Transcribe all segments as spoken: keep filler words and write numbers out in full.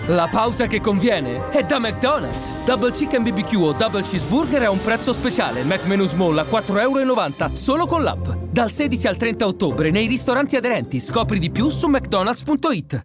La pausa che conviene è da McDonald's. Double Chicken B B Q o Double Cheeseburger a un prezzo speciale. McMenu Small a quattro e novanta euro solo con l'app. Dal sedici al trenta ottobre nei ristoranti aderenti. Scopri di più su mcdonalds punto it.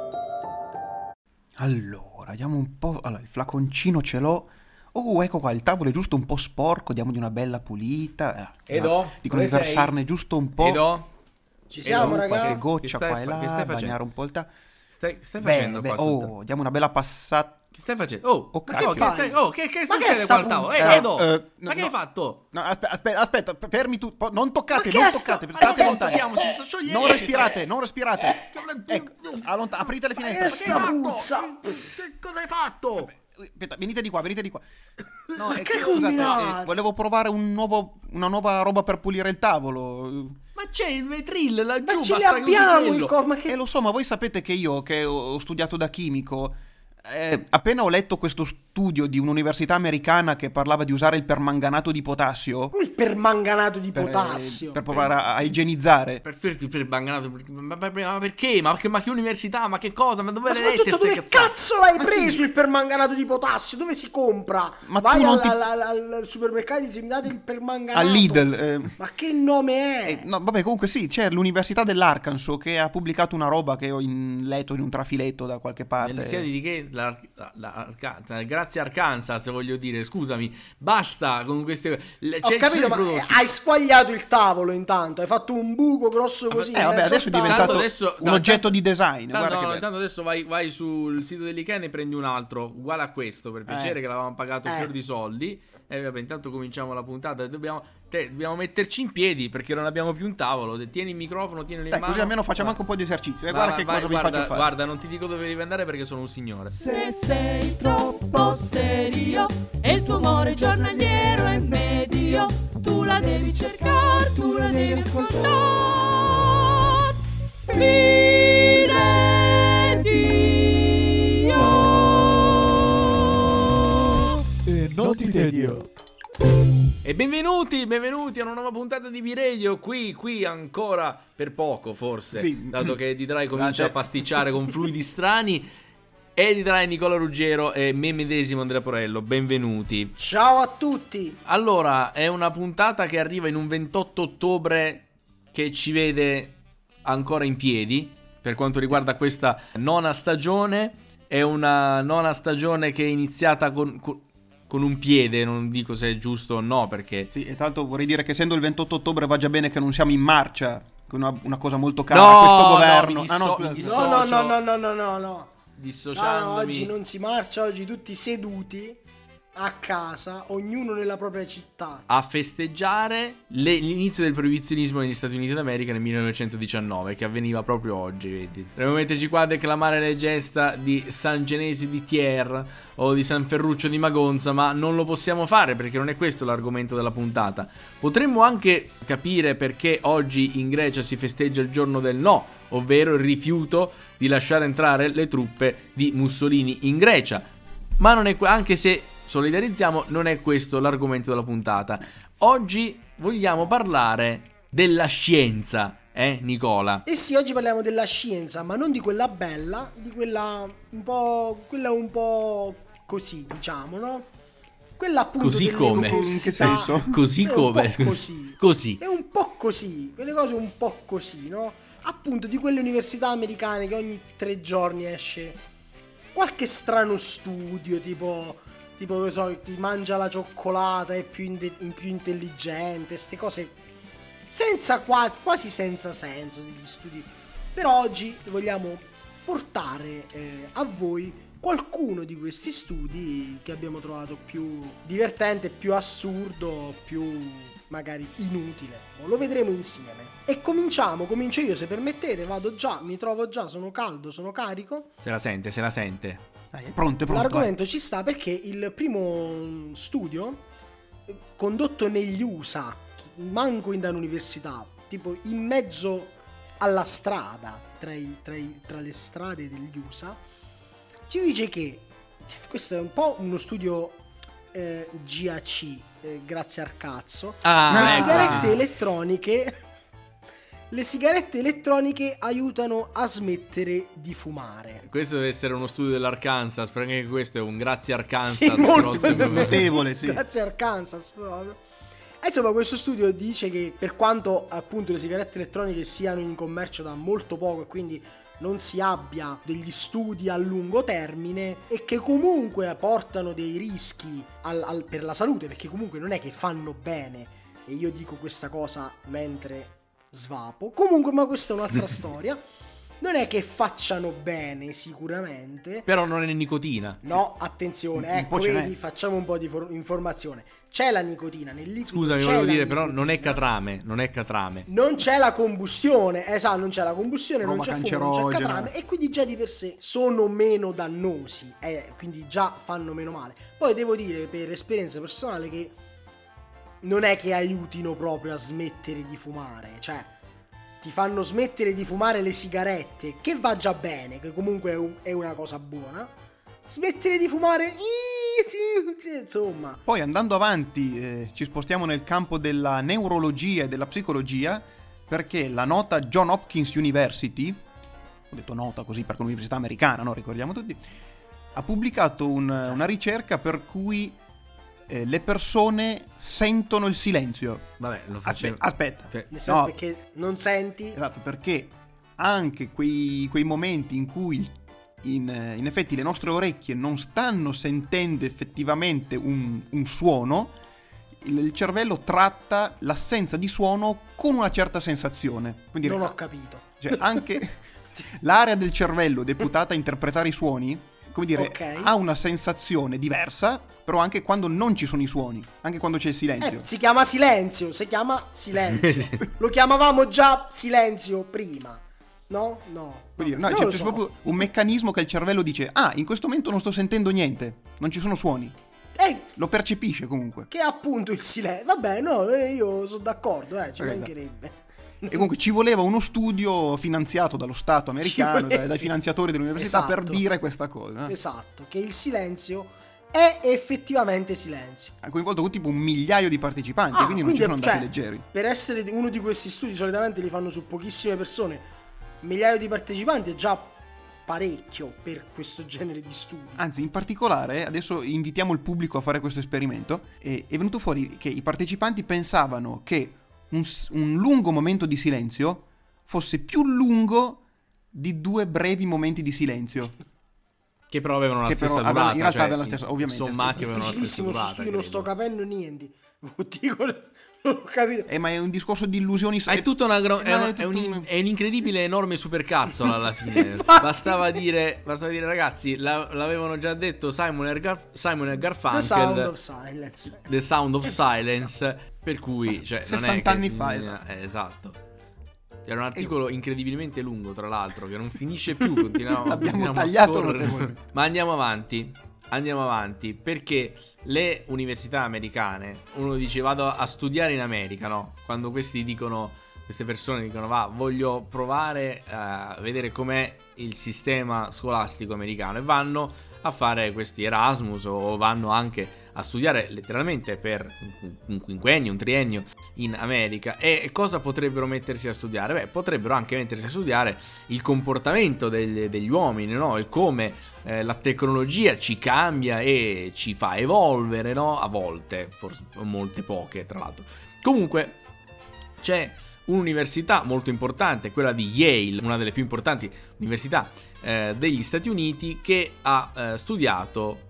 Allora, diamo un po'... Allora, il flaconcino ce l'ho. Oh, ecco qua, il tavolo è giusto un po' sporco. Diamogli una bella pulita. Eh, Edo, dicono di versarne giusto un po'. Edo, ci siamo, Edo, ragazzi. Qualche goccia Che stai qua e fa- là, che stai bagnare facendo? un po' il tavolo. Stai, stai facendo Bene, qua beh, sotto? oh, diamo una bella passata. Che stai facendo? Oh, Oh, ma cazzo. che, che stai, oh, che, che Ma che succede sta qua al tavolo? puzza? Eh, Edo, Eh, ma no, che hai no. fatto? No, aspetta, aspetta, aspetta, fermi tu, po- non toccate, Ma che non sta- toccate, ma state che lontani. tocchiamo? Si sta sciogliendo. Non respirate, non respirate. Ecco, Ma allont- aprite le che finestre. sta che hai fatto? puzza? Che, che cosa hai fatto? Aspetta, venite di qua, venite di qua. No, Ma è che che, combinate? scusate, eh, volevo provare un nuovo, una nuova roba per pulire il tavolo. Ma c'è il vetril laggiù, Ma ce li basta che usi abbiamo quello. i co- ma E che... lo so, ma voi sapete che io, che ho ho studiato da chimico, eh, appena ho letto questo studio di un'università americana che parlava di usare il permanganato di potassio Il permanganato di per, eh, potassio. per provare a, a igienizzare. Per, per, per banganato, ma, ma- ma perché? Ma che, ma che università? Ma che cosa? Ma dove Ma le lette soprattutto ste dove cazzate? cazzo l'hai Ma preso sì. il permanganato di potassio? Dove si compra? Ma Vai tu non al, ti- al, al- al supermercato e dici mi date il permanganato. Al Lidl. eh. Ma che nome è? Eh, no, vabbè, comunque sì, c'è l'università dell'Arkansas che ha pubblicato una roba che ho in letto in un trafiletto da qualche parte. Nel sia di che la, la, la Arkansas, grazie Arkansas voglio dire, scusami, basta con queste le- Ho c'è- capito, c'è ma i prodotti. hai squagliato il tavolo intanto, hai fatto un buco grosso così. Eh, vabbè, mezzo adesso è tavolo. diventato Tanto adesso- un no, oggetto tanto- di design. Tanto, Guarda no, che no, bello. tanto adesso vai, vai sul sito dell'Ikea e ne prendi un altro uguale a questo per piacere Eh. che l'avevamo pagato Eh. fior di soldi. E vabbè, intanto cominciamo la puntata. Dobbiamo, te, dobbiamo metterci in piedi perché non abbiamo più un tavolo. Tieni il microfono, tieni in Dai, mano. così almeno facciamo Va. anche un po' di esercizio. E Va, guarda va, che vai, cosa vi guarda, faccio fare. Guarda, non ti dico dove devi andare perché sono un signore. Se sei troppo serio e il tuo umore giornaliero è medio, tu la devi cercare, tu la devi ascoltare. Dire Dio. E non ti tedio. E benvenuti, benvenuti a una nuova puntata di B-Radio. Qui, qui ancora per poco forse, Sì. dato che Didrai comincia Ah, a cioè- pasticciare con fluidi strani. E Didrai, Nicola Ruggero e me medesimo Andrea Porello, benvenuti. Ciao a tutti. Allora, è una puntata che arriva in un ventotto ottobre che ci vede ancora in piedi per quanto riguarda questa nona stagione. È una nona stagione che è iniziata con, con, con un piede, non dico se è giusto o no perché... Sì, e tra l'altro vorrei dire che essendo il ventotto ottobre va già bene che non siamo in marcia, che è una, una cosa molto cara No, a questo no, governo. mi ah no, disso- scusa, mi scusa. No, no, Dissocio. no, no, no, no, no, no. Dissociandomi... No, no, oggi non si marcia, oggi tutti seduti a casa, ognuno nella propria città. a festeggiare le- l'inizio del proibizionismo negli Stati Uniti d'America nel millenovecentodiciannove, che avveniva proprio oggi, vedi. Dovremmo metterci qua a declamare le gesta di San Genesio di Thiers o di San Ferruccio di Magonza, ma non lo possiamo fare perché non è questo l'argomento della puntata. Potremmo anche capire perché oggi in Grecia si festeggia il giorno del no, ovvero il rifiuto di lasciare entrare le truppe di Mussolini in Grecia. Ma non è que- anche se solidarizziamo, non è questo l'argomento della puntata. Oggi vogliamo parlare della scienza, eh Nicola? E sì, oggi parliamo della scienza, ma non di quella bella, di quella un po', quella un po' così, diciamo, no? Quella appunto Così delle come? università. In che senso? Così È un come? po' Scusa. così. Così. È un po' così, quelle cose un po' così, no? Appunto di quelle università americane che ogni tre giorni esce qualche strano studio, tipo, tipo non so, chi mangia la cioccolata è più, inte- più intelligente, queste cose senza quasi, quasi senza senso degli studi. Però oggi vogliamo portare eh, a voi qualcuno di questi studi che abbiamo trovato più divertente, più assurdo, più magari inutile. Lo vedremo insieme. E cominciamo, comincio io se permettete, vado già, mi trovo già, sono caldo, sono carico. Se la sente, se la sente. Dai, è pronto, è pronto. L'argomento ci sta perché il primo studio eh, condotto negli U S A, manco in da un'università, tipo in mezzo alla strada, tra, i- tra i- tra le strade degli U S A, ci dice che questo è un po' uno studio eh, G A C, eh, grazie al cazzo, Ah, le ecco, sigarette sì. elettroniche le sigarette elettroniche aiutano a smettere di fumare. Questo deve essere uno studio dell'Arkansas, perché anche questo è un grazie Arkansas. Sì, molto grosso come- notevole, sì. Grazie Arkansas proprio. E insomma, questo studio dice che per quanto appunto le sigarette elettroniche siano in commercio da molto poco e quindi non si abbia degli studi a lungo termine, e che comunque portano dei rischi al- al- per la salute, perché comunque non è che fanno bene, e io dico questa cosa mentre svapo, comunque, ma questa è un'altra storia. Non è che facciano bene sicuramente, Però non è nicotina. no, attenzione, Un ecco, po' ce n'è. vedi, facciamo un po' di for- informazione. C'è la nicotina nel liquido. Scusami, c'è volevo la dire, però nicotina. non è catrame, non è catrame. Non c'è la combustione, esatto, non c'è la combustione, non Roba c'è fumo, non c'è cancerogena. catrame, e quindi già di per sé sono meno dannosi, eh, quindi già fanno meno male. Poi devo dire per esperienza personale che non è che aiutino proprio a smettere di fumare, cioè ti fanno smettere di fumare le sigarette, che va già bene, che comunque è, un- è una cosa buona. Smettere di fumare, ii, sì, sì, insomma. Poi andando avanti eh, ci spostiamo nel campo della neurologia e della psicologia, perché la nota John Hopkins University, ho detto nota così perché è un'università americana, no? Ricordiamo tutti, ha pubblicato un- una ricerca per cui eh, le persone sentono il silenzio. Vabbè, lo Aspetta, facciamo. aspetta. Cioè, Nel senso No. perché non senti. Esatto, perché anche quei, quei momenti in cui in, in effetti le nostre orecchie non stanno sentendo effettivamente un, un suono, il, il cervello tratta l'assenza di suono con una certa sensazione. Quindi Non ho capito. cioè, anche l'area del cervello deputata a interpretare i suoni, come dire, Ok. ha una sensazione diversa, però anche quando non ci sono i suoni, anche quando c'è il silenzio. Eh, si chiama silenzio, si chiama silenzio. Lo chiamavamo già silenzio prima. No? No. Vuol dire, no, Non c'è, lo c'è so. proprio un meccanismo che il cervello dice: ah, in questo momento non sto sentendo niente, non ci sono suoni. Eh, Lo percepisce comunque. che è appunto il silenzio. Vabbè, no, eh, io sono d'accordo, eh, ci Ok, mancherebbe. E comunque ci voleva uno studio finanziato dallo Stato americano, voleva, dai, dai sì. finanziatori dell'università, per Esatto. dire questa cosa. eh. Esatto, che il silenzio è effettivamente silenzio. Ha coinvolto tipo un migliaio di partecipanti, Ah, quindi non ci sono cioè, andati leggeri. Per essere uno di questi studi, solitamente li fanno su pochissime persone. Migliaio di partecipanti è già parecchio per questo genere di studi. Anzi, in particolare, adesso invitiamo il pubblico a fare questo esperimento, e è venuto fuori che i partecipanti pensavano che un, s- un lungo momento di silenzio fosse più lungo di due brevi momenti di silenzio. Che però avevano la Che stessa però durata. avevano- in realtà cioè, avevano la stessa- ovviamente, sommati avevano la stessa Difficilissimo, sto durata. studio non sto credo. capendo niente. Dico, non ho capito. Eh, ma è un discorso di illusioni. Ma è tutta una gro- eh, è, no, una- è è tutto un, un- è un incredibile enorme supercazzola alla fine. Infatti. bastava dire bastava dire ragazzi, la- l'avevano già detto Simon e, Gar- Simon e The Garfunkel, Sound of Silence. The Sound of E Silence, per cui cioè, non è sessanta che anni fa, bisogna- eh, esatto. Era un articolo incredibilmente lungo, tra l'altro, che non finisce più, continuiamo, L'abbiamo continuiamo a tagliato scorrere. notevolmente. Ma andiamo avanti. Andiamo avanti, perché le università americane, uno dice vado a studiare in America, no? Quando questi dicono, queste persone dicono va, voglio provare a vedere com'è il sistema scolastico americano, e vanno a fare questi Erasmus, o vanno anche a studiare letteralmente per un quinquennio, un triennio in America. E cosa potrebbero mettersi a studiare? Beh, potrebbero anche mettersi a studiare il comportamento degli, degli uomini, no? E come eh, la tecnologia ci cambia e ci fa evolvere, no? A volte, forse molte poche, tra l'altro. Comunque c'è un'università molto importante, quella di Yale, una delle più importanti università eh, degli Stati Uniti, che ha eh, studiato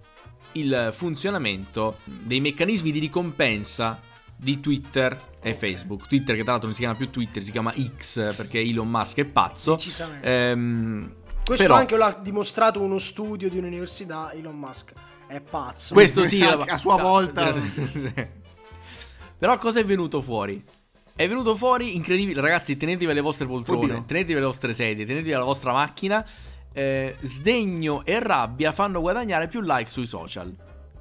il funzionamento dei meccanismi di ricompensa di Twitter e Facebook. Twitter, che tra l'altro non si chiama più Twitter, si chiama X, perché Elon Musk è pazzo. Decisamente. Ehm, Questo però, anche l'ha dimostrato uno studio di un'università. Elon Musk è pazzo. questo sì, a, a sua volta. Però cosa è venuto fuori? È venuto fuori incredibile. Ragazzi, tenetevi le vostre poltrone, Oddio. tenetevi le vostre sedie, tenetevi la vostra macchina. Eh, sdegno e rabbia fanno guadagnare più like sui social.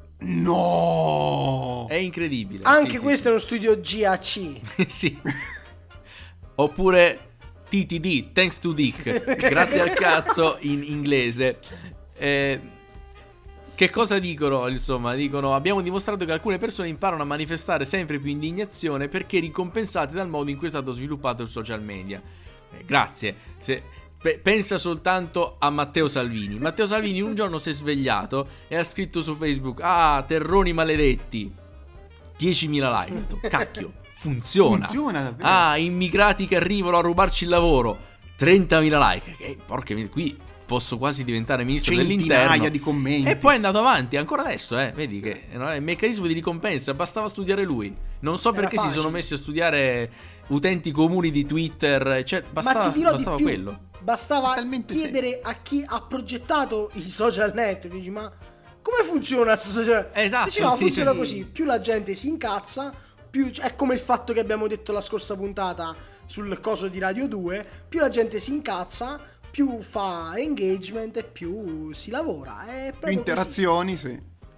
No! È incredibile. Anche Sì, sì, questo è uno studio G A C. sì. Sì. Oppure T T D, thanks to Dick, grazie al cazzo in inglese. Eh, che cosa dicono? Insomma, dicono: abbiamo dimostrato che alcune persone imparano a manifestare sempre più indignazione perché ricompensate dal modo in cui è stato sviluppato il social media. Eh, grazie. Se, pe, pensa soltanto a Matteo Salvini. Matteo Salvini un giorno si è svegliato e ha scritto su Facebook: ah, terroni maledetti, diecimila like. Ho detto, cacchio, funziona. Funziona davvero. Ah, immigrati che arrivano a rubarci il lavoro, trentamila like. Che porca miseria, qui posso quasi diventare ministro Centinaia dell'interno. di commenti. E poi è andato avanti ancora adesso, eh. Vedi che no, è il meccanismo di ricompensa. Bastava studiare lui. Non so Era perché facile. si sono messi a studiare utenti comuni di Twitter. Cioè, bastava, Ma ti dirò bastava di più, quello. bastava Talmente chiedere a chi ha progettato i social network. Dici, ma come funziona questo social? Esatto, Dici, no, sì. funziona così. Più la gente si incazza, più è come il fatto che abbiamo detto la scorsa puntata sul coso di Radio due. Più la gente si incazza, più fa engagement e più si lavora. È Più proprio interazioni, sì.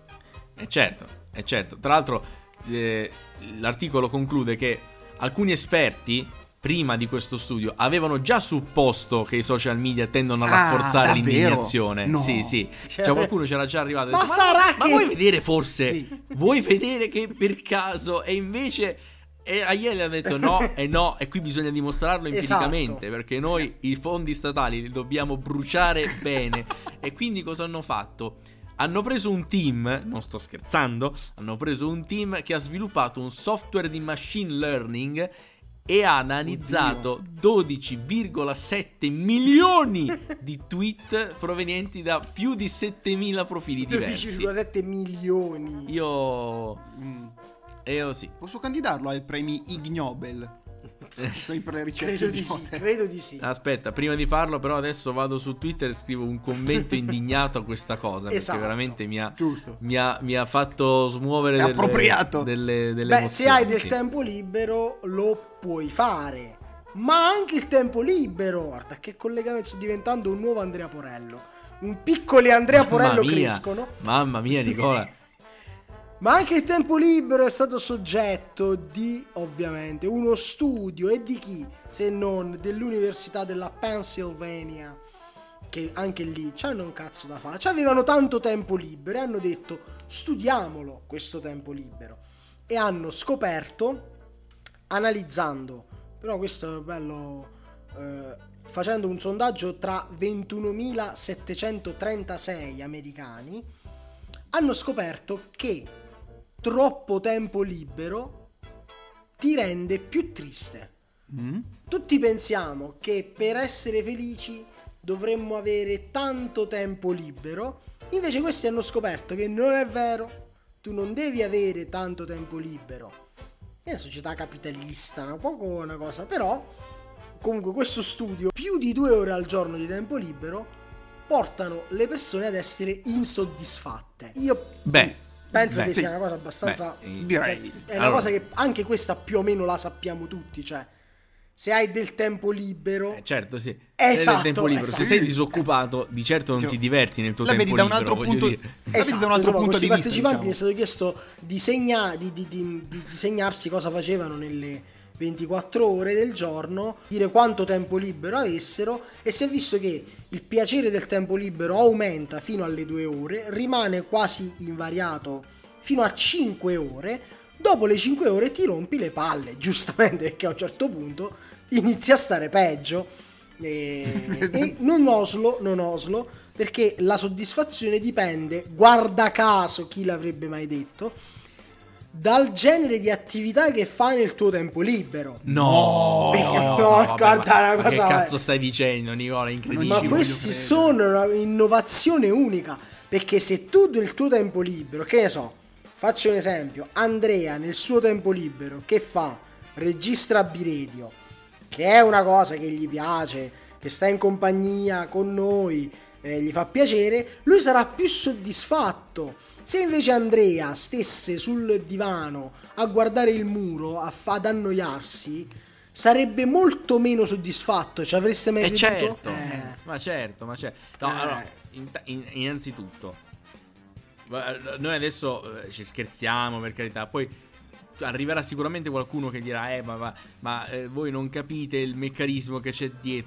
E certo, è certo. Tra l'altro, eh, l'articolo conclude che alcuni esperti, prima di questo studio, avevano già supposto che i social media tendono a Ah, rafforzare davvero? l'indignazione. No. Sì, sì. Cioè- Cioè, qualcuno c'era già arrivato e ha Ma detto, sarà ma che- vuoi vedere forse? Sì. Vuoi vedere che per caso? E invece... E a ieri hanno detto no e no, e qui bisogna dimostrarlo empiricamente, Esatto. perché noi i fondi statali li dobbiamo bruciare bene. E quindi cosa hanno fatto? Hanno preso un team, non sto scherzando, hanno preso un team che ha sviluppato un software di machine learning e ha analizzato dodici virgola sette milioni di tweet provenienti da più di settemila profili dodici diversi. virgola sette milioni. Io... Mm. Io sì. Posso candidarlo ai premi Ig Nobel? Quelli per le ricerche Credo di sì, idiote. credo di sì. Aspetta, prima di farlo però adesso vado su Twitter e scrivo un commento indignato a questa cosa, Esatto. perché veramente mi ha, Giusto. mi ha, mi ha fatto smuovere È delle, appropriato. delle, delle Beh, se hai del sì. tempo libero lo puoi fare. Ma anche il tempo libero, guarda che collegamento, sto diventando un nuovo Andrea Porello. Un piccolo Andrea Mamma Porello mia, crescono. Mamma mia, Nicola. Ma anche il tempo libero è stato soggetto di, ovviamente, uno studio. E di chi? Se non dell'Università della Pennsylvania, che anche lì c'hanno un cazzo da fare. Cioè avevano tanto tempo libero e hanno detto studiamolo questo tempo libero. E hanno scoperto, analizzando, però questo è bello, eh, facendo un sondaggio tra ventunomilasettecentotrentasei americani, hanno scoperto che troppo tempo libero ti rende più triste. Mm? Tutti pensiamo che per essere felici dovremmo avere tanto tempo libero, invece questi hanno scoperto che non è vero, tu non devi avere tanto tempo libero. È una società capitalista, un poco una cosa, però comunque questo studio, più di due ore al giorno di tempo libero portano le persone ad essere insoddisfatte. Io Beh, penso beh, che sì. sia una cosa abbastanza... Beh, eh, direi. cioè, è una Allora. cosa che anche questa più o meno la sappiamo tutti, cioè se hai del tempo libero... Eh, certo, sì. Esatto, Se hai del tempo libero. esatto. Se sei disoccupato, di certo non Cioè, ti diverti nel tuo la tempo vedi da un libero, altro voglio punto- dire. la vedi da un altro insomma, punto questi di vista, partecipanti gli è diciamo. stato chiesto di, segna, di, di, di, di disegnarsi cosa facevano nelle ventiquattro ore del giorno, dire quanto tempo libero avessero, e si è visto che il piacere del tempo libero aumenta fino alle due ore, rimane quasi invariato fino a cinque ore, dopo le cinque ore ti rompi le palle, giustamente, perché a un certo punto inizi a stare peggio. E, e non oslo, non oslo, perché la soddisfazione dipende, guarda caso, chi l'avrebbe mai detto, dal genere di attività che fai nel tuo tempo libero. No, Perché no, vabbè, guarda, ma- una ma cosa- che cazzo stai dicendo, Nicola? Incredibile. Ma ci questi voglio sono un'innovazione unica, perché se tu del tuo tempo libero, che ne so, faccio un esempio, Andrea nel suo tempo libero che fa? Registra B-Radio, che è una cosa che gli piace, che sta in compagnia con noi, eh, gli fa piacere, lui sarà più soddisfatto. Se invece Andrea stesse sul divano a guardare il muro, a fa- ad annoiarsi, sarebbe molto meno soddisfatto. Ci avreste mai Eh creduto? certo, Eh. ma certo, ma certo. No, Eh. allora, in- in- innanzitutto, eh, noi adesso eh, ci scherziamo, per carità, poi arriverà sicuramente qualcuno che dirà, eh, ma, ma, ma, eh, voi non capite il meccanismo che c'è dietro.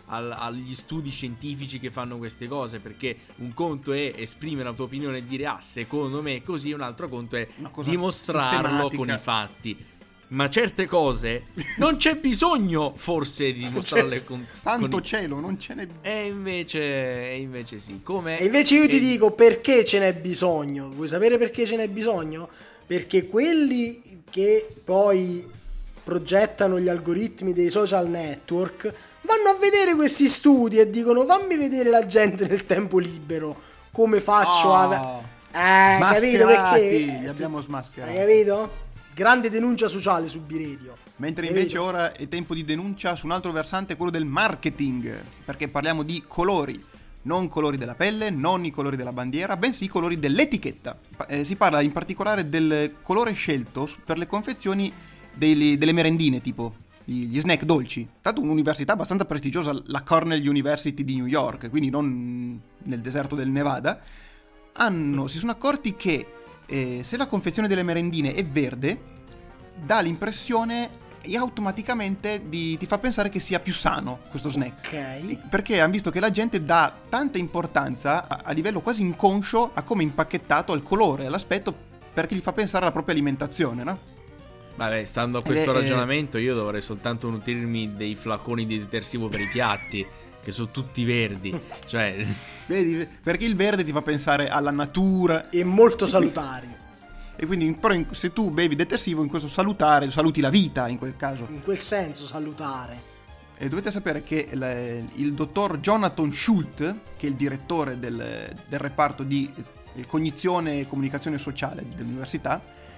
al, agli studi scientifici che fanno queste cose, perché un conto è esprimere la tua opinione e dire ah secondo me è così, un altro conto è dimostrarlo con i fatti. Ma certe cose non c'è bisogno forse di dimostrarle con santo con i... cielo, non ce n'è. E invece, e invece sì, come E invece io ti e... dico perché ce n'è bisogno. Vuoi sapere perché ce n'è bisogno? Perché quelli che poi progettano gli algoritmi dei social network vanno a vedere questi studi e dicono fammi vedere la gente nel tempo libero, come faccio Oh, a... Eh, capito perché? Li abbiamo smascherati. Hai capito? Grande denuncia sociale su B-Radio. Mentre Capito? invece ora è tempo di denuncia su un altro versante, quello del marketing, perché parliamo di colori, non colori della pelle, non i colori della bandiera, bensì i colori dell'etichetta. Eh, si parla in particolare del colore scelto per le confezioni dei, delle merendine, tipo gli snack dolci. Tanto un'università abbastanza prestigiosa, la Cornell University di New York, quindi non nel deserto del Nevada, hanno, si sono accorti che eh, se la confezione delle merendine è verde, dà l'impressione e automaticamente di, ti fa pensare che sia più sano questo snack. Ok. Perché hanno visto che la gente dà tanta importanza a, a livello quasi inconscio a come è impacchettato, al colore, all'aspetto, perché gli fa pensare alla propria alimentazione, no? Vabbè, stando a questo Eh, eh. ragionamento io dovrei soltanto nutrirmi dei flaconi di detersivo per i piatti che sono tutti verdi. Cioè, Vedi? Perché il verde ti fa pensare alla natura. E molto salutari. E quindi però in- se tu bevi detersivo, in questo salutare, saluti la vita in quel caso. In quel senso salutare. E dovete sapere che il, il dottor Jonathan Schultz, che è il direttore del, del reparto di eh, cognizione e comunicazione sociale dell'università,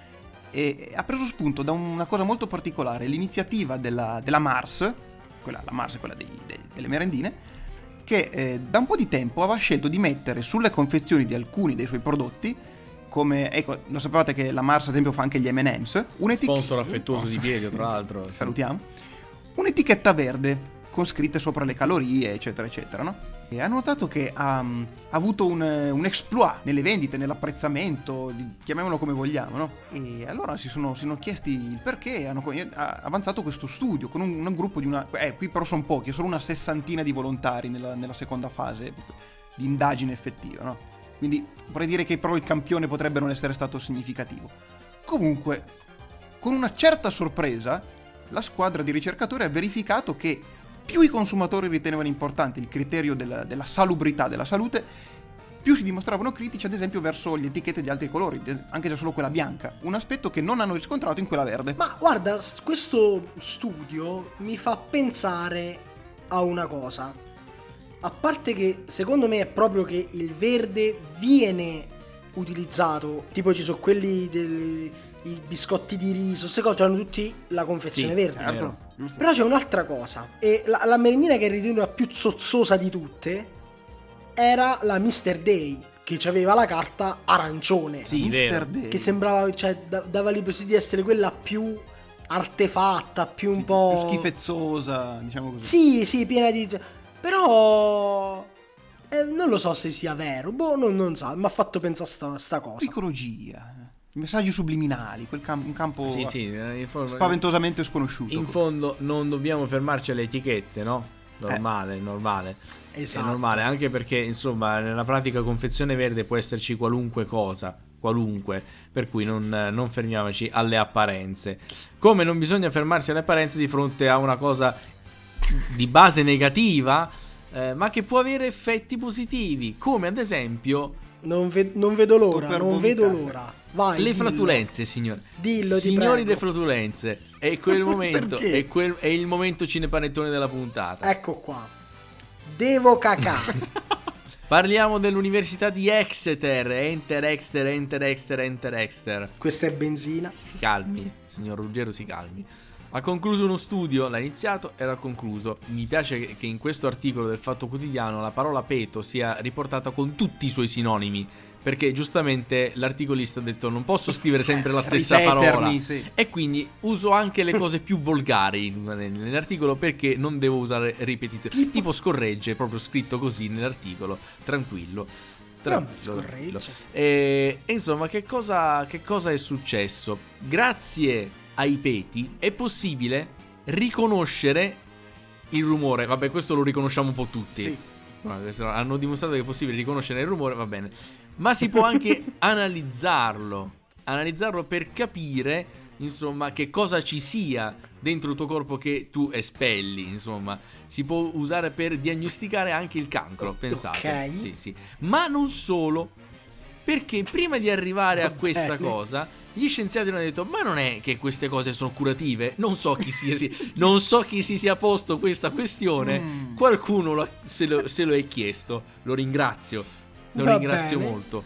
e, ha preso spunto da una cosa molto particolare, l'iniziativa della, della Mars, quella, la Mars è quella dei, dei, delle merendine, che eh, da un po' di tempo aveva scelto di mettere sulle confezioni di alcuni dei suoi prodotti, come, ecco, lo sapevate che la Mars ad esempio fa anche gli M and M's, un'etichetta, sponsor affettuoso di Pietro, tra l'altro. salutiamo, un'etichetta verde con scritte sopra le calorie, eccetera eccetera, no? E hanno notato che ha, ha avuto un, un exploit nelle vendite, nell'apprezzamento, chiamiamolo come vogliamo, no? E allora si sono, si sono chiesti il perché e hanno co- ha avanzato questo studio con un, un gruppo di una... Eh, qui però sono pochi, solo una sessantina di volontari nella, nella seconda fase di indagine effettiva, no? Quindi vorrei dire che però il campione potrebbe non essere stato significativo. Comunque, con una certa sorpresa, la squadra di ricercatori ha verificato che più i consumatori ritenevano importante il criterio della, della salubrità, della salute, più si dimostravano critici ad esempio verso le etichette di altri colori, anche se solo quella bianca, un aspetto che non hanno riscontrato in quella verde. Ma guarda, s- questo studio mi fa pensare a una cosa. A parte che secondo me è proprio che il verde viene utilizzato, tipo ci sono quelli dei i biscotti di riso, queste cose hanno tutti la confezione Sì, verde. Certo, giusto. Però c'è un'altra cosa. E la, la merendina che è ritenuta più zozzosa di tutte era la mister Day, che aveva la carta arancione. Sì, mister vero. Day. Che sembrava, cioè, da- dava l'impressione di essere quella più artefatta, più un po'... più schifezzosa, diciamo così. Sì, sì, piena di... Però... eh, non lo so se sia vero. Boh, non, non so, mi ha fatto pensare a sta, sta cosa. Psicologia, messaggi subliminali, quel cam- un campo Sì, sì, eh, in fondo, spaventosamente sconosciuto. in fondo non dobbiamo fermarci alle etichette, no? Normale, normale. Esatto. È normale, anche perché insomma nella pratica confezione verde può esserci qualunque cosa, qualunque, per cui non, non fermiamoci alle apparenze. Come non bisogna fermarsi alle apparenze di fronte a una cosa di base negativa, eh, ma che può avere effetti positivi, come ad esempio Non, ve- non vedo l'ora, per non vomitare. vedo l'ora. Vai, le dillo. flatulenze, signori. Dillo, ti Signori, prego. le flatulenze. È quel momento, Perché? è, quel, è il momento cinepanettone della puntata. Ecco qua. Devo cacà. Parliamo dell'università di Exeter. Enter, Exeter, Enter, Exeter, Enter, Exeter. Questa è benzina. Si calmi, signor Ruggero, si calmi. Ha concluso uno studio, l'ha iniziato e l'ha concluso. Mi piace che- che in questo articolo del Fatto Quotidiano la parola peto sia riportata con tutti i suoi sinonimi, perché giustamente l'articolista ha detto non posso scrivere sempre la stessa Ripetermi, parola, sì. e quindi uso anche le cose più volgari in- nell'articolo perché non devo usare ripetizioni. Tipo scorregge, proprio scritto così nell'articolo, tranquillo. Non tranquillo, scorregge. tranquillo. E, e insomma, che cosa, che cosa è successo? Grazie ai peti è possibile riconoscere il rumore, vabbè, questo lo riconosciamo un po' tutti. Sì. Hanno dimostrato che è possibile riconoscere il rumore, va bene. Ma si può anche analizzarlo. Analizzarlo per capire, insomma, che cosa ci sia dentro il tuo corpo che tu espelli, insomma. Si può usare per diagnosticare anche il cancro, pensate. Ok. Sì, sì. Ma non solo, perché prima di arrivare a questa cosa, gli scienziati hanno detto: ma non è che queste cose sono curative? Non so chi sia, sì, non so chi si sia posto questa questione. Mm. Qualcuno lo, se, lo, se lo è chiesto. Lo ringrazio. Lo Va ringrazio bene. molto.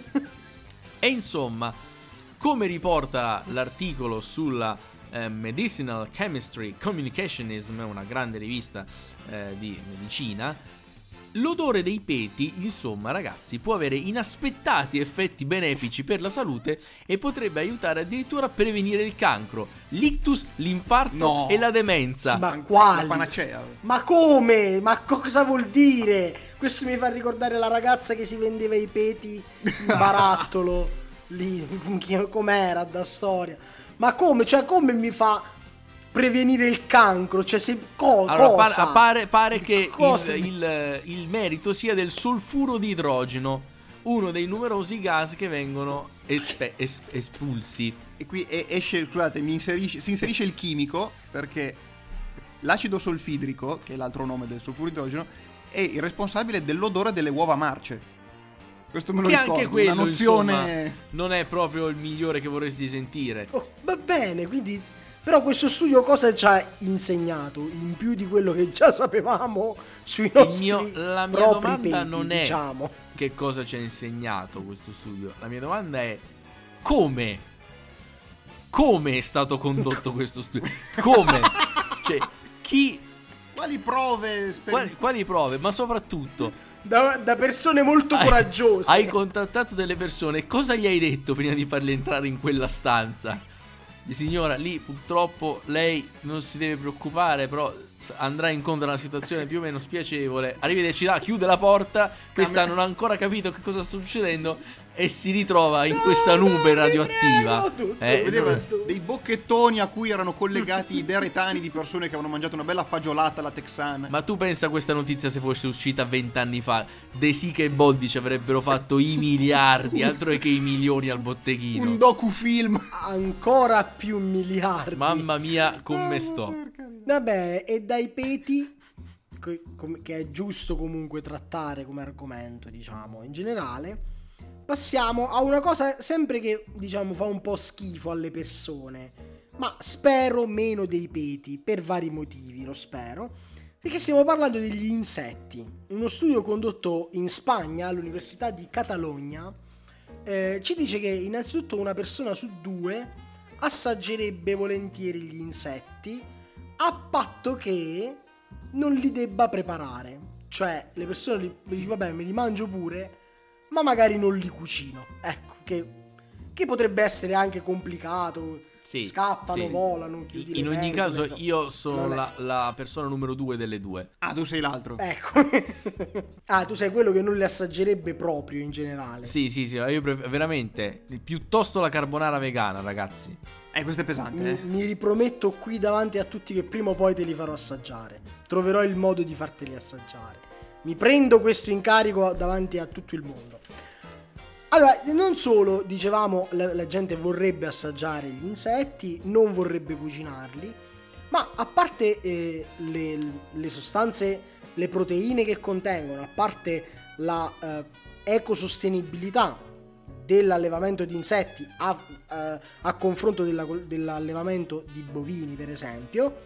E insomma, come riporta l'articolo sulla eh, Medicinal Chemistry Communicationism, una grande rivista eh, di medicina, l'odore dei peti, insomma, ragazzi, può avere inaspettati effetti benefici per la salute e potrebbe aiutare addirittura a prevenire il cancro, l'ictus, l'infarto No. e la demenza. Sì, ma La quali? panacea. Ma come? Ma cosa vuol dire? Questo mi fa ricordare la ragazza che si vendeva i peti in barattolo. Lì, com'era da storia? Ma come? Cioè, come mi fa prevenire il cancro? Cioè, se co- Allora, par- cosa? pare, pare che Cosa? il, il, il merito sia del solfuro di idrogeno, uno dei numerosi gas che vengono espe- es- espulsi. E qui e- esce, scusate, mi inserisce, si inserisce il chimico, perché l'acido solfidrico, che è l'altro nome del solfuro di idrogeno, è il responsabile dell'odore delle uova marce. Questo me lo Che ricordo, anche quello, una nozione... insomma, non è proprio il migliore che vorresti sentire. Oh, va bene, quindi... Però questo studio cosa ci ha insegnato? In più di quello che già sapevamo sui Il nostri mio- la mia propri domanda peti, non è diciamo. che cosa ci ha insegnato questo studio. La mia domanda è: come? Come è stato condotto questo studio? Come? Cioè, chi... Quali prove? Sper- Quali, quali prove? Ma soprattutto... Da, da persone molto Hai- coraggiose. Hai contattato delle persone, cosa gli hai detto prima di farle entrare in quella stanza? Di signora, lì purtroppo lei non si deve preoccupare, però andrà incontro a una situazione più o meno spiacevole. Arrivederci là, chiude la porta, questa non ha ancora capito che cosa sta succedendo e si ritrova in No, questa no, nube ti radioattiva. prego, tutto, Eh, Vedeva tutto. dei bocchettoni a cui erano collegati i deretani di persone che avevano mangiato una bella fagiolata alla texana. Ma tu pensa a questa notizia se fosse uscita vent'anni fa? De Sica e Boldi ci avrebbero fatto i miliardi, altro che i milioni al botteghino. Un docufilm. Ancora più miliardi. Mamma mia, come sto. Va bene, e dai peti, co- com- che è giusto comunque trattare come argomento, diciamo, in generale, passiamo a una cosa sempre che, diciamo, fa un po' schifo alle persone, ma spero meno dei peti, per vari motivi, lo spero, perché stiamo parlando degli insetti. Uno studio condotto in Spagna, all'Università di Catalogna, eh, ci dice che innanzitutto una persona su due assaggerebbe volentieri gli insetti, a patto che non li debba preparare. Cioè, le persone li, li dicono, vabbè, me li mangio pure, ma magari non li cucino. Ecco, che, che potrebbe essere anche complicato. Sì, Scappano, sì. volano, chiudi In le ogni pentole, caso insomma. io sono Non è- la, la persona numero due delle due. Ah, tu sei l'altro. Ecco. Ah, tu sei quello che non li assaggerebbe proprio in generale. Sì, sì, sì, io pre- veramente piuttosto la carbonara vegana, ragazzi. Eh, questo è pesante, eh. Mi, mi riprometto qui davanti a tutti che prima o poi te li farò assaggiare. Troverò il modo di farteli assaggiare. Mi prendo questo incarico davanti a tutto il mondo. Allora, non solo, dicevamo, la, la gente vorrebbe assaggiare gli insetti, non vorrebbe cucinarli, ma a parte eh, le, le sostanze, le proteine che contengono, a parte la eh, ecosostenibilità dell'allevamento di insetti a, eh, a confronto della- dell'allevamento di bovini, per esempio,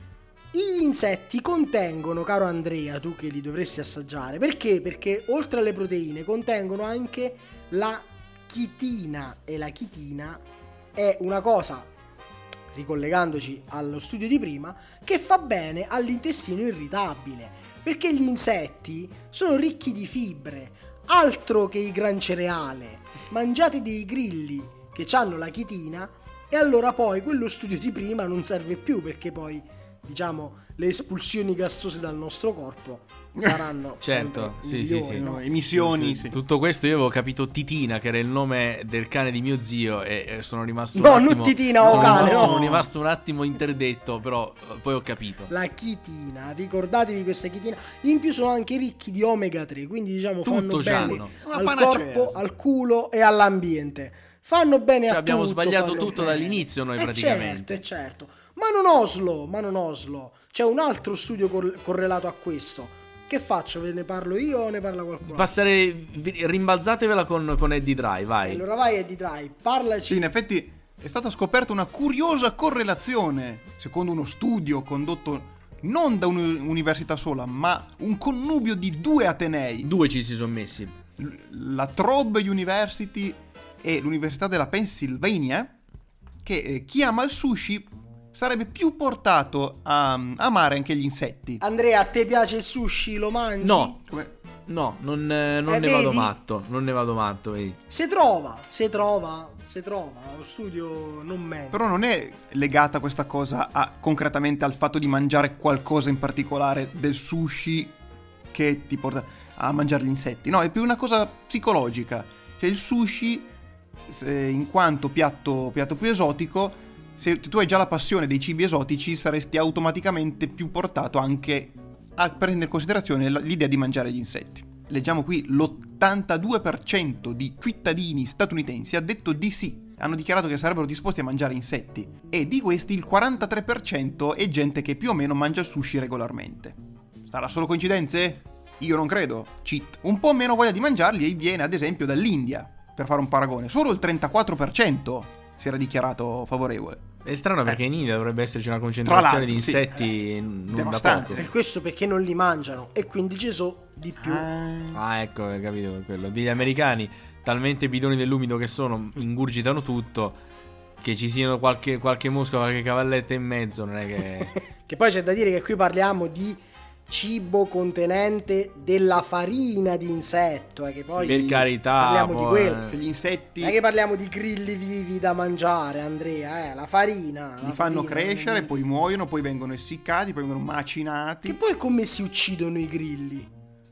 gli insetti contengono, caro Andrea, tu che li dovresti assaggiare, perché? Perché oltre alle proteine contengono anche la chitina, e la chitina è una cosa, ricollegandoci allo studio di prima, che fa bene all'intestino irritabile, perché gli insetti sono ricchi di fibre, altro che i gran cereale. Mangiate dei grilli che hanno la chitina e allora poi quello studio di prima non serve più, perché poi diciamo, le espulsioni gassose dal nostro corpo saranno certo, sempre sì, migliori, sì, sì. no? Emissioni, Sì, sì. Tutto questo io avevo capito Titina, che era il nome del cane di mio zio, e e sono rimasto No, un attimo non Titina, o sono, cane, rimasto, no. sono rimasto un attimo interdetto, però eh, poi ho capito. La chitina, ricordatevi questa chitina. In più sono anche ricchi di omega tre, quindi diciamo Tutto fanno bene c'hanno. Una al panacea. corpo, al culo e all'ambiente. Fanno bene Cioè, a abbiamo tutto, sbagliato fanno tutto bene. dall'inizio noi, Eh, praticamente. certo, eh, certo. Ma non Oslo, ma non Oslo. C'è un altro studio cor- correlato a questo. Che faccio? Ve ne parlo io o ne parla qualcuno? Passare, vi- rimbalzatevela con, con Eddie Dry, vai. Allora vai Eddie Dry, parlaci. Sì, in effetti è stata scoperta una curiosa correlazione, secondo uno studio condotto non da un'università sola, ma un connubio di due atenei, Due ci si sono messi. la Trobe University e l'Università della Pennsylvania, che eh, chi ama il sushi sarebbe più portato a amare anche gli insetti. Andrea, a te piace il sushi? Lo mangi? No, Come- no, non, eh, non Eh, ne vado vedi? matto, non ne vado matto, vedi. Se trova, se trova, se trova, lo studio non mente. Però non è legata questa cosa a, concretamente al fatto di mangiare qualcosa in particolare del sushi che ti porta a mangiare gli insetti. No, è più una cosa psicologica. Cioè il sushi, se- in quanto piatto, piatto più esotico, se tu hai già la passione dei cibi esotici, saresti automaticamente più portato anche a prendere in considerazione la- l'idea di mangiare gli insetti. Leggiamo qui, l'ottantadue per cento di cittadini statunitensi ha detto di sì. Hanno dichiarato che sarebbero disposti a mangiare insetti. E di questi il quarantatré per cento è gente che più o meno mangia il sushi regolarmente. Sarà solo coincidenze? Io non credo. Cheat. Un po' meno voglia di mangiarli viene ad esempio dall'India, per fare un paragone. Solo il trentaquattro per cento si era dichiarato favorevole. È strano perché Eh. in India dovrebbe esserci una Tra concentrazione l'altro, di sì, insetti eh, non da devastante. poco. Per questo perché non li mangiano e quindi ci sono di più. Ah, ecco, hai capito per quello. Degli americani, talmente bidoni dell'umido che sono, ingurgitano tutto, che ci siano qualche, qualche mosca, qualche cavalletta in mezzo, non è che... Che poi c'è da dire che qui parliamo di cibo contenente della farina di insetto, eh, che poi per carità, parliamo di poi, quello. Che gli insetti Non è che parliamo di grilli vivi da mangiare, Andrea, eh, la farina. li la fanno farina, crescere, non- poi muoiono, poi vengono essiccati, poi vengono macinati. Che poi come si uccidono i grilli?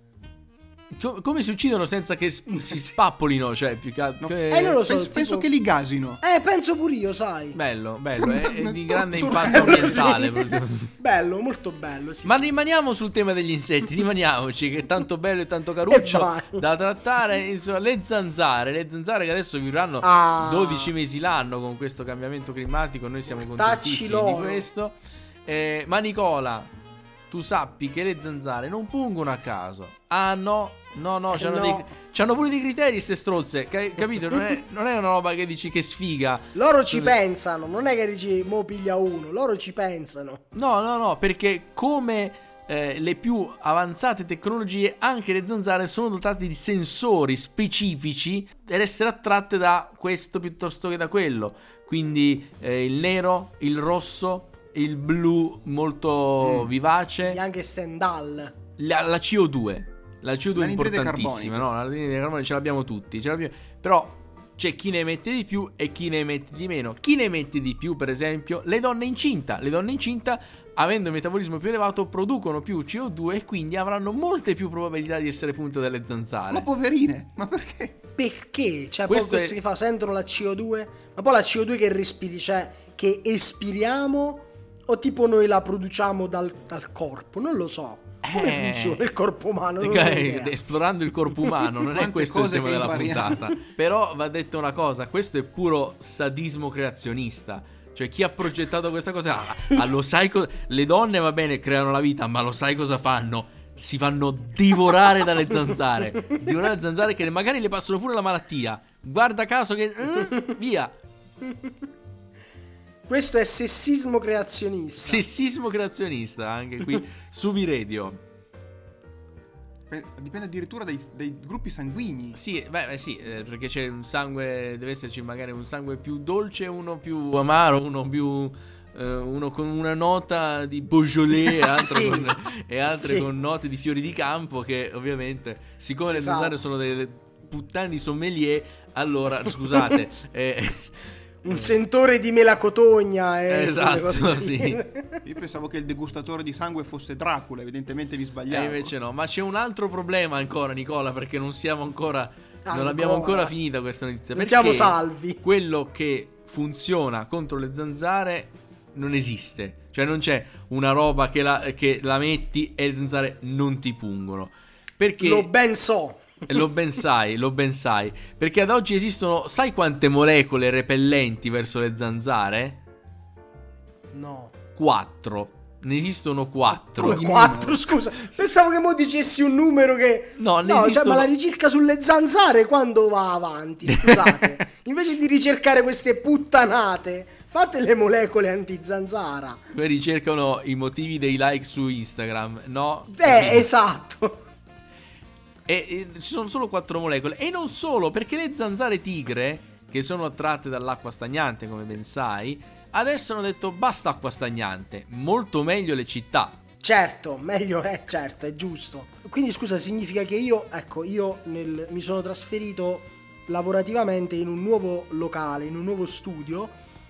Co- come si uccidono senza che s- si spappolino? Cioè, più che altro... No. che- Eh, non lo so. penso, tipo- penso che li gasino. Eh, penso pure io, sai. Bello, bello, è, è di Tor- grande tor- impatto ambientale. Sì. Bello, molto bello. Sì, Ma sì. rimaniamo sul tema degli insetti, rimaniamoci, che è tanto bello e tanto caruccio E vai. da trattare. Insomma, le zanzare, le zanzare che adesso vivranno Ah. dodici mesi l'anno con questo cambiamento climatico. Noi siamo Tacci contentissimi loro. di questo. Eh, ma Nicola, tu sappi che le zanzare non pungono a caso. Ah no, no, no, c'hanno, no. Dei, c'hanno pure dei criteri ste strozze, ca- capito? Non è, non è una roba che dici che sfiga. Loro ci Sono- pensano, non è che dici mo piglia uno, loro ci pensano. No, no, no, perché come eh, le più avanzate tecnologie, anche le zanzare sono dotate di sensori specifici per essere attratte da questo piuttosto che da quello. Quindi eh, il nero, il rosso, il blu molto Mm. vivace, E anche Stendhal. la, la C O due. La C O due è L'anidride importantissima, carbonica. no? L'anidride carbonica ce l'abbiamo tutti, ce l'abbiamo... Però c'è chi ne emette di più e chi ne emette di meno. Chi ne emette di più, per esempio, le donne incinta. Le donne incinta, avendo un metabolismo più elevato, producono più C O due e quindi avranno molte più probabilità di essere punte delle zanzare. Ma poverine, ma perché? Perché? Cioè, Questo poi è- questi che fa, sentono la C O due? Ma poi la C O due che respiri, cioè, che espiriamo o tipo noi la produciamo dal, dal corpo? Non lo so. Come Eh. funziona il corpo umano? Non ho Ok, idea. esplorando il corpo umano, non è Quante questo il cose tema che della impariamo. puntata. Però va detta una cosa, questo è puro sadismo creazionista. Cioè chi ha progettato questa cosa, ah, ah, lo sai co- le donne va bene, creano la vita, ma lo sai cosa fanno? Si fanno divorare dalle zanzare. Divorare dalle zanzare che magari le passano pure la malattia. Guarda caso che mm, via. Questo è sessismo creazionista. Sessismo creazionista anche qui su V-Radio. Eh, Dipende addirittura dai, dai gruppi sanguigni. Sì, beh, beh, sì, eh, perché c'è un sangue, deve esserci magari un sangue più dolce, uno più amaro, uno più eh, uno con una nota di Beaujolais e altre, Sì. con, e altre Sì. con note di fiori di campo, che ovviamente, siccome le Esatto. zanzare sono delle puttane di sommelier, allora scusate, eh, un sentore di melacotogna e Esatto, sì. Io pensavo che il degustatore di sangue fosse Dracula, evidentemente mi E sbagliavo. invece no, ma c'è un altro problema ancora, Nicola, perché non siamo ancora Ancora. non abbiamo ancora finita questa notizia. Non Perché siamo salvi. quello che funziona contro le zanzare non esiste. Cioè non c'è una roba che la, che la metti e le zanzare non ti pungono. Perché Lo ben so. lo ben sai, lo ben sai. Perché ad oggi esistono, sai quante molecole repellenti verso le zanzare? No. Quattro. Ne esistono quattro. Come quattro, scusa. Pensavo che mo dicessi un numero che... No, ne no, cioè, esistono- ma la ricerca sulle zanzare quando va avanti, scusate. Invece di ricercare queste puttanate, fate le molecole antizanzara. Poi ricercano i motivi dei like su Instagram, no? Eh, esatto. E, e ci sono solo quattro molecole. E non solo, perché le zanzare tigre, che sono attratte dall'acqua stagnante, come ben sai, adesso hanno detto basta acqua stagnante, molto meglio le città. Certo, meglio è, certo, è giusto. Quindi scusa, significa che io, ecco, io nel- mi sono trasferito lavorativamente in un nuovo locale, in un nuovo studio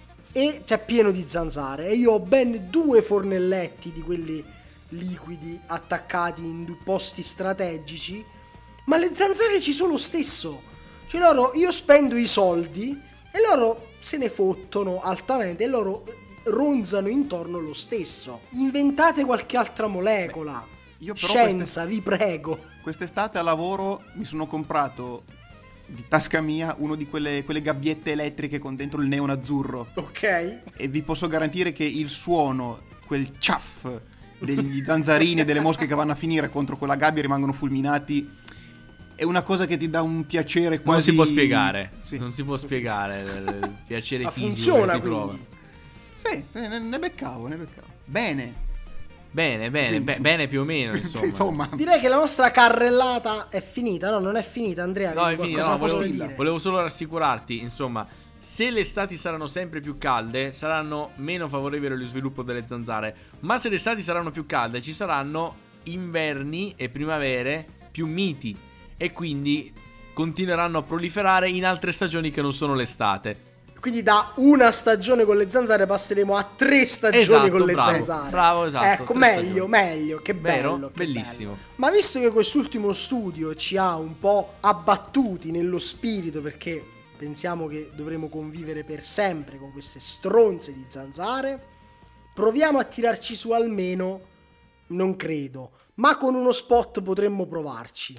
e c'è pieno di zanzare e io ho ben due fornelletti di quelli liquidi attaccati in due posti strategici, ma le zanzare ci sono lo stesso. Cioè loro, io spendo i soldi e loro se ne fottono altamente e loro ronzano intorno lo stesso. Inventate qualche altra molecola. Io però Scienza, vi prego. Quest'estate a lavoro mi sono comprato di tasca mia uno di quelle, quelle gabbiette elettriche con dentro il neon azzurro. Ok. E vi posso garantire che il suono, quel ciaff degli zanzarini e delle mosche che vanno a finire contro quella gabbia e rimangono fulminati, è una cosa che ti dà un piacere quasi... Non si può spiegare, Sì. non si può spiegare il, il piacere Ma fisico funziona, che si quindi. prova. Sì, ne, ne beccavo, ne beccavo. Bene. Bene, bene, be- bene più o meno, insomma. Sì, insomma. Direi che la nostra carrellata è finita. No, non è finita, Andrea. No, Che è finita, qualcosa no, volevo, posso dire? volevo solo rassicurarti, insomma, se le estati saranno sempre più calde, saranno meno favorevoli allo sviluppo delle zanzare, ma se le estati saranno più calde, ci saranno inverni e primavere più miti e quindi continueranno a proliferare in altre stagioni che non sono l'estate. Quindi da una stagione con le zanzare passeremo a tre stagioni Esatto, con le bravo, zanzare. bravo, esatto, Ecco, tre meglio, stagioni. meglio, che Vero? bello, che Bellissimo. bello. Ma visto che quest'ultimo studio ci ha un po' abbattuti nello spirito, perché pensiamo che dovremo convivere per sempre con queste stronze di zanzare, proviamo a tirarci su almeno, non credo, ma con uno spot potremmo provarci.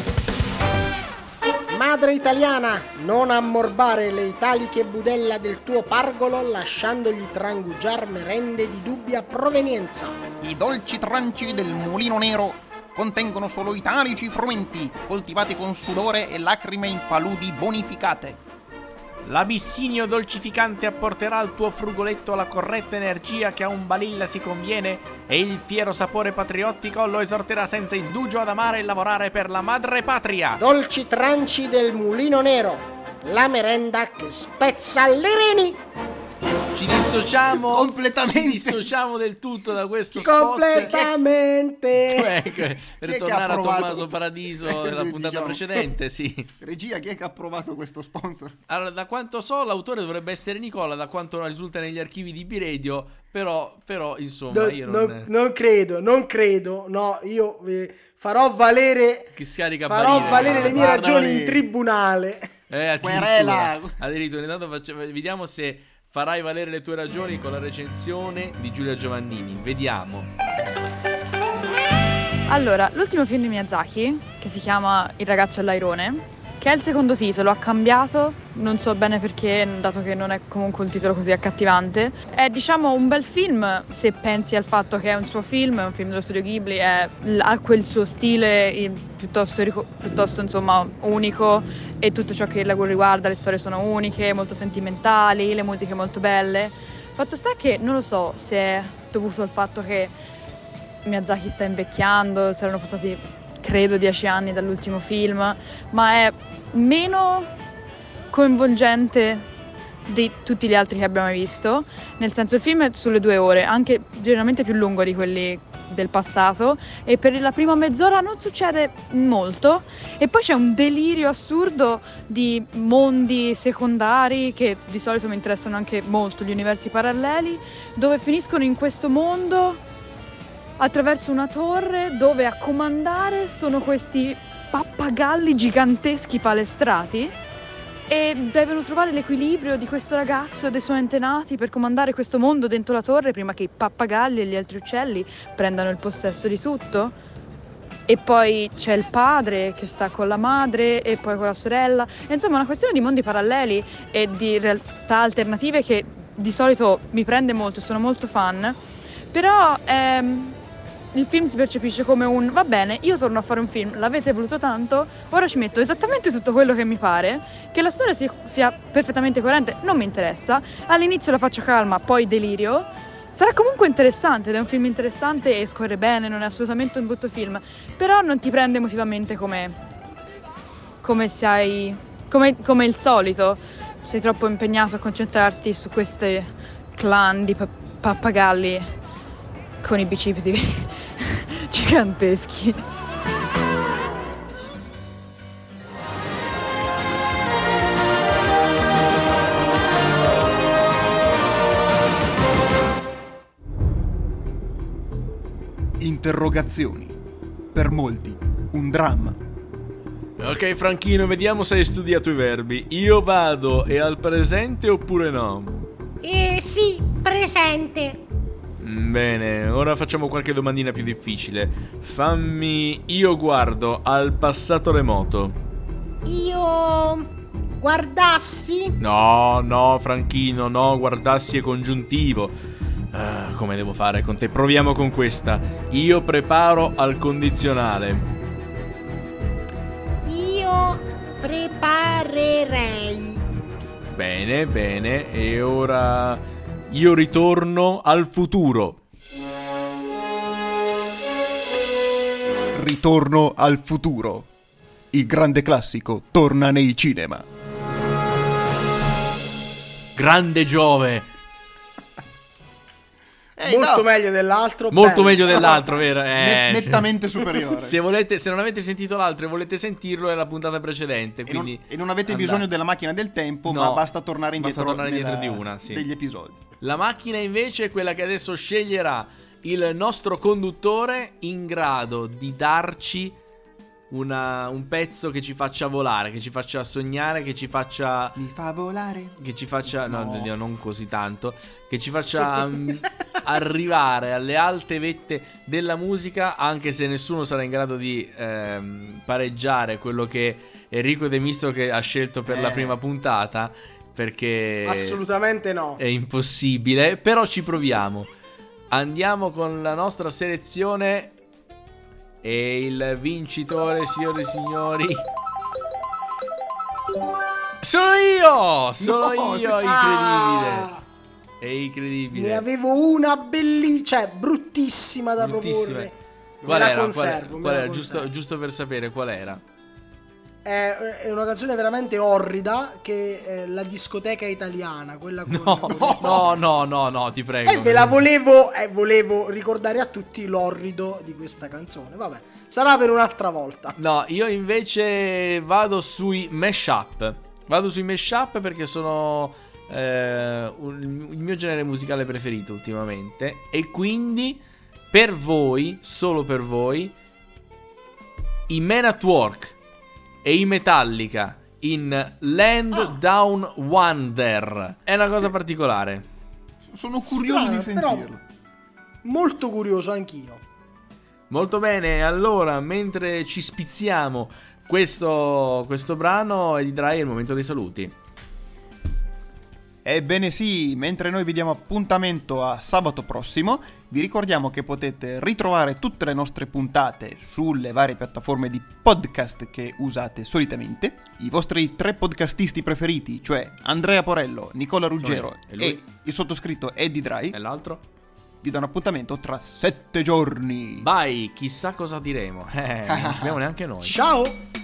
Madre italiana, non ammorbare le italiche budella del tuo pargolo lasciandogli trangugiar merende di dubbia provenienza. I dolci tranci del mulino nero contengono solo italici frumenti coltivati con sudore e lacrime in paludi bonificate. L'abissinio dolcificante apporterà al tuo frugoletto la corretta energia che a un balilla si conviene e il fiero sapore patriottico lo esorterà senza indugio ad amare e lavorare per la madre patria. Dolci tranci del mulino nero, la merenda che spezza le reni. Ci dissociamo Completamente. Ci dissociamo del tutto da questo spot. Completamente. Ecco, per Chi è che tornare ha a provato- Tommaso Paradiso della puntata Diciamo. precedente, sì. Regia, chi è che ha approvato questo sponsor? Allora, da quanto so, l'autore dovrebbe essere Nicola, da quanto risulta negli archivi di B-Radio, però, però insomma, No, io non, non... non credo, non credo. No, io eh, farò valere Chi scarica farò barile, valere le mie guarda ragioni lì. in tribunale. Eh, addirittura. Querela. Addirittura, intanto faccia- vediamo se farai valere le tue ragioni con la recensione di Giulia Giovannini. Vediamo. Allora, l'ultimo film di Miyazaki, che si chiama Il ragazzo e l'airone, che è il secondo titolo, ha cambiato, non so bene perché, dato che non è comunque un titolo così accattivante. È, diciamo, un bel film se pensi al fatto che è un suo film, è un film dello studio Ghibli, è, ha quel suo stile eh, piuttosto, rico- piuttosto insomma, unico, e tutto ciò che la riguarda, le storie sono uniche, molto sentimentali, le musiche molto belle. Fatto sta che non lo so se è dovuto al fatto che Miyazaki sta invecchiando, saranno passati credo dieci anni dall'ultimo film, ma è meno coinvolgente di tutti gli altri che abbiamo mai visto, nel senso il film è sulle due ore, anche generalmente più lungo di quelli del passato, e per la prima mezz'ora non succede molto e poi c'è un delirio assurdo di mondi secondari che di solito mi interessano anche molto, gli universi paralleli, dove finiscono in questo mondo attraverso una torre dove a comandare sono questi pappagalli giganteschi palestrati e devono trovare l'equilibrio di questo ragazzo e dei suoi antenati per comandare questo mondo dentro la torre prima che i pappagalli e gli altri uccelli prendano il possesso di tutto. E poi c'è il padre che sta con la madre e poi con la sorella. E insomma, è una questione di mondi paralleli e di realtà alternative che di solito mi prende molto, sono molto fan. Però ehm, il film si percepisce come un va bene, io torno a fare un film, l'avete voluto tanto, ora ci metto esattamente tutto quello che mi pare, che la storia sia, sia perfettamente coerente, non mi interessa, all'inizio la faccio calma, poi delirio, sarà comunque interessante, ed è un film interessante e scorre bene, non è assolutamente un brutto film, però non ti prende emotivamente come, come sei, come, come il solito, sei troppo impegnato a concentrarti su queste clan di pa- pappagalli con i bicipiti giganteschi. Interrogazioni. Per molti, un dramma. Ok, Franchino, vediamo se hai studiato i verbi. Io vado, è al presente oppure no? Eh sì, presente. Bene, ora facciamo qualche domandina più difficile. Fammi io guardo al passato remoto. Io guardassi? No, no, Franchino, no, guardassi è congiuntivo. Ah, come devo fare con te? Proviamo con questa. Io preparo al condizionale. Io preparerei. Bene, bene, e ora io ritorno al futuro. Ritorno al futuro. Il grande classico torna nei cinema. Grande Giove. Ehi, Molto no. meglio dell'altro. Molto bello. meglio dell'altro, vero? Eh. Net- nettamente superiore. Se volete, se non avete sentito l'altro e volete sentirlo, è la puntata precedente. E non, Quindi e non avete andate. bisogno della macchina del tempo, No, ma basta tornare indietro, basta tornare indietro nella- di una, sì. degli episodi. La macchina invece è quella che adesso sceglierà il nostro conduttore in grado di darci una, un pezzo che ci faccia volare, che ci faccia sognare, che ci faccia... Mi fa volare. Che ci faccia... No, No. no, non così tanto. Che ci faccia um, arrivare alle alte vette della musica, anche se nessuno sarà in grado di ehm, pareggiare quello che Enrico De Misto che ha scelto per Eh. la prima puntata, perché... Assolutamente no. è impossibile, però ci proviamo. Andiamo con la nostra selezione e il vincitore, signore e signori, sono io! Sono No, io, incredibile. Ah, È incredibile. ne avevo una bellissima, cioè bruttissima da Bruttissima. proporre. Qual me era? la conservo, qual me era? la Qual era? Giusto, conservo. giusto per sapere qual era. È, è una canzone veramente orrida che è la discoteca italiana, quella con... No, con- no, no, no, no, ti prego. E ve la volevo, eh, volevo ricordare a tutti l'orrido di questa canzone. Vabbè, sarà per un'altra volta. No, io invece vado sui mashup. Vado sui mashup perché sono eh, un- il mio genere musicale preferito ultimamente. E quindi per voi, solo per voi, i Men at Work e i Metallica in Land Ah. Down Wonder. È una cosa particolare. Sono curioso Strano, di però- sentirlo. Molto curioso anch'io. Molto bene, allora mentre ci spizziamo questo, questo brano, Eddie Dry, è il momento dei saluti. Ebbene sì, mentre noi vi diamo appuntamento a sabato prossimo, vi ricordiamo che potete ritrovare tutte le nostre puntate sulle varie piattaforme di podcast che usate solitamente. I vostri tre podcastisti preferiti, cioè Andrea Porello, Nicola Ruggero E lui? e il sottoscritto Eddie Dry, E l'altro? vi danno appuntamento tra sette giorni. Vai, chissà cosa diremo. Eh, non sappiamo neanche noi. Ciao!